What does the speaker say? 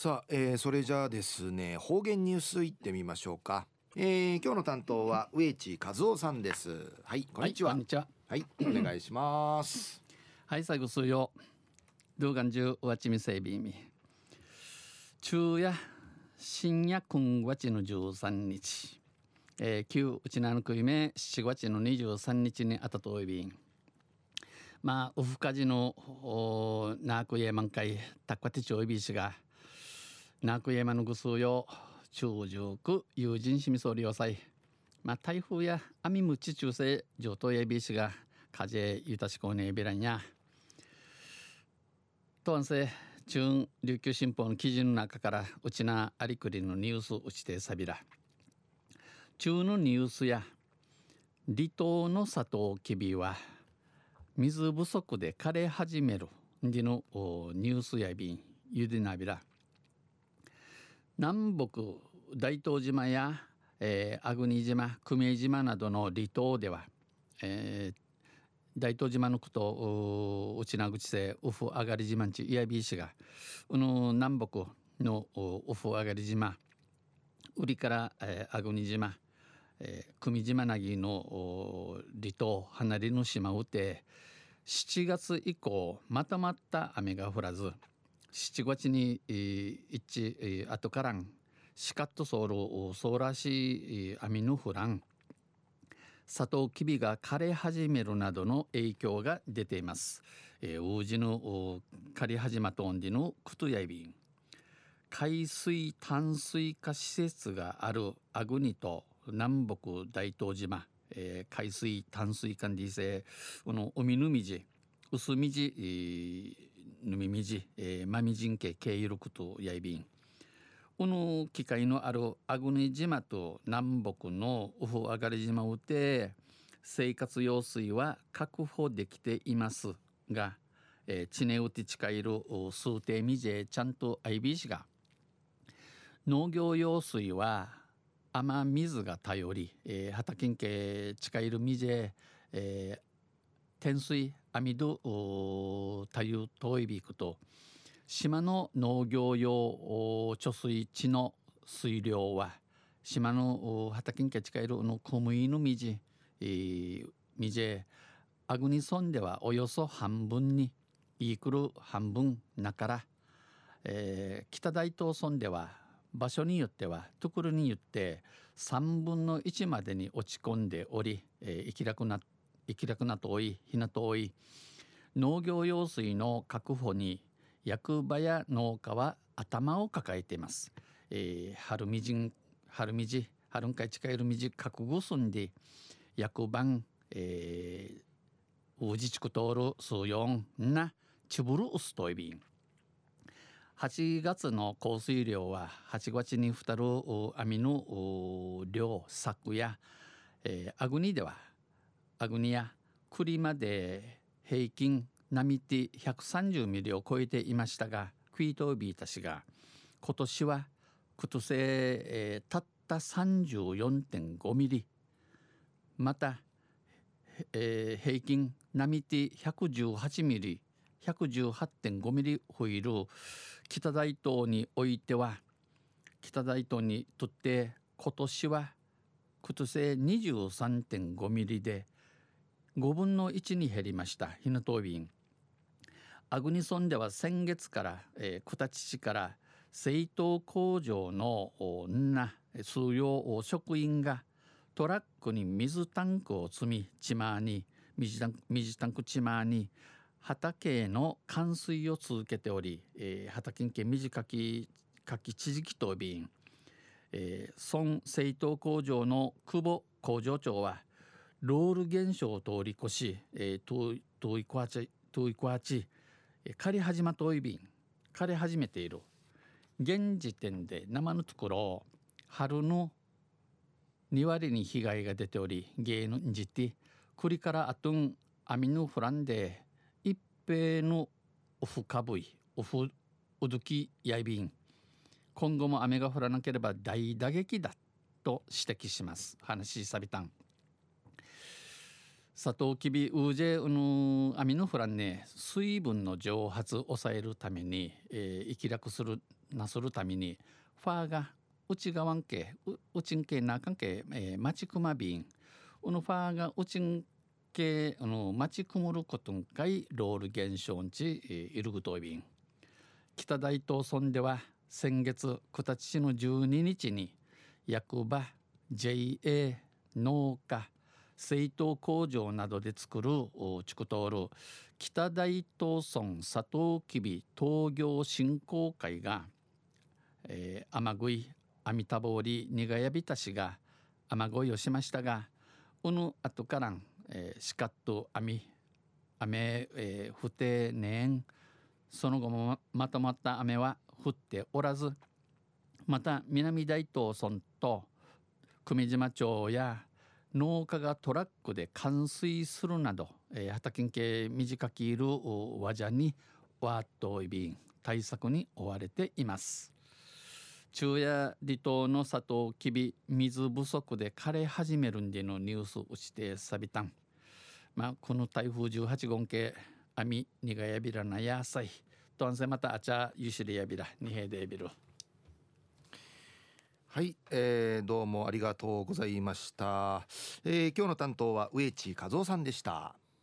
さあ、それじゃあですね、方言ニュースいってみましょうか。今日の担当は植地和夫さんです。はい、こんはい、 にちは。 こんにちは。 はい、お願いします。 はい、最後数曜。動画中、わちみせいびみ。昼夜、深夜9月の13日。旧うちなのくいめ、7月の23日にあたといびん。まあ、うふかじの、なくえ満開、たっかてちょいびしが、なくえまのぐ数曜、中上区友人しみそうりよさい。まあ、台風や網むち中世上等やびしが、風ゆたしこねえびらんや。とんせ中琉球新報の記事の中からうちなありくりのニュースうちてさびら中のニュースや離島のサトウキビは水不足で枯れ始めるでのニュースやびんゆでなびら南北大東島や、粟国島久米島などの離島では、大東島のこと内名口せウフ上がり島んちいやびしが南北のウフ上がり島売りから粟国島久米島なぎの離島離れの島うて7月以降まとまった雨が降らず7月に後からんシカッとソールソーラーシー雨の降らんサトウキビが枯れ始めるなどの影響が出ています。ウジの枯れ始まとんでのクトヤイビン海水淡水化施設がある粟国と南北大東島、海水淡水管理性この海の水薄水ぬみ水まみじんけ経由ることやいびんこの機会のある粟国島と南北のウフ上がり島をて生活用水は確保できていますが、地ねうて近いる数定みじちゃんと IB 市が農業用水は雨水が頼り、畑んけ近いるみじ天水網戸たゆといびくと島の農業用貯水池の水量は島の畑に近いるの小麦の水水粟国村ではおよそ半分にイークル半分なから、北大東村では場所によってはところによって3分の1までに落ち込んでおり、生きらくな遠いひな遠い農業用水の確保に役場や農家は頭を抱えています。春みじん春んかい近いるみじ覚悟すんで役番、うじちく通る数四なちぶるうすといびん8月の降水量は8月にふたる網の量作や粟国では粟国や栗まで平均並て130ミリを超えていましたがクイートビータ氏が今年は今年、たった34.5ミリまた、平均並て118ミリ118.5ミリ増える北大東においては北大東にとって今年は今年23.5ミリで5分の1に減りました。ひなとうびん粟国村では先月から、小立市から製糖工場の数用職員がトラックに水タンクを積みちまに水タンクちまに畑への冠水を続けており、畑に水かき地磁気とびん、村製糖工場の久保工場長はロール現象を通り越し、遠いこわち枯れ始まといびん枯れ始めている現時点で生のところ春の2割に被害が出ており芸のんじて栗からあとん網のフランで一平のオフかぶいオフうどきやいびん今後も雨が降らなければ大打撃だと指摘します話しさびたんサトウキビウージェ網のフランね水分の蒸発を抑えるために、生き楽するなするためにファーが内側んけ内んけなかんけ町くまびんファーが内んけ町くむることんかいロール現象んちいるぐといびん北大東村では先月9日の12日に役場 JA 農家製糖工場などで作る地区通る北大東村サトウキビ陶業振興会が、雨乞い阿弥陀通り苦やびたしが雨乞いをしましたが後からん、しかっと雨、降ってねんその後もまとまった雨は降っておらずまた南大東村と久米島町や農家がトラックで冠水するなど、畑系短きいるわじゃにわっといびん対策に追われています。昼夜離島のサトウキビ水不足で枯れ始めるんでのニュースをしてさびたん、この台風18号系網にがやびらな野菜とんせまたあちゃゆしりやびらにへでやびる。 はい、どうもありがとうございました。今日の担当は植地和夫さんでした。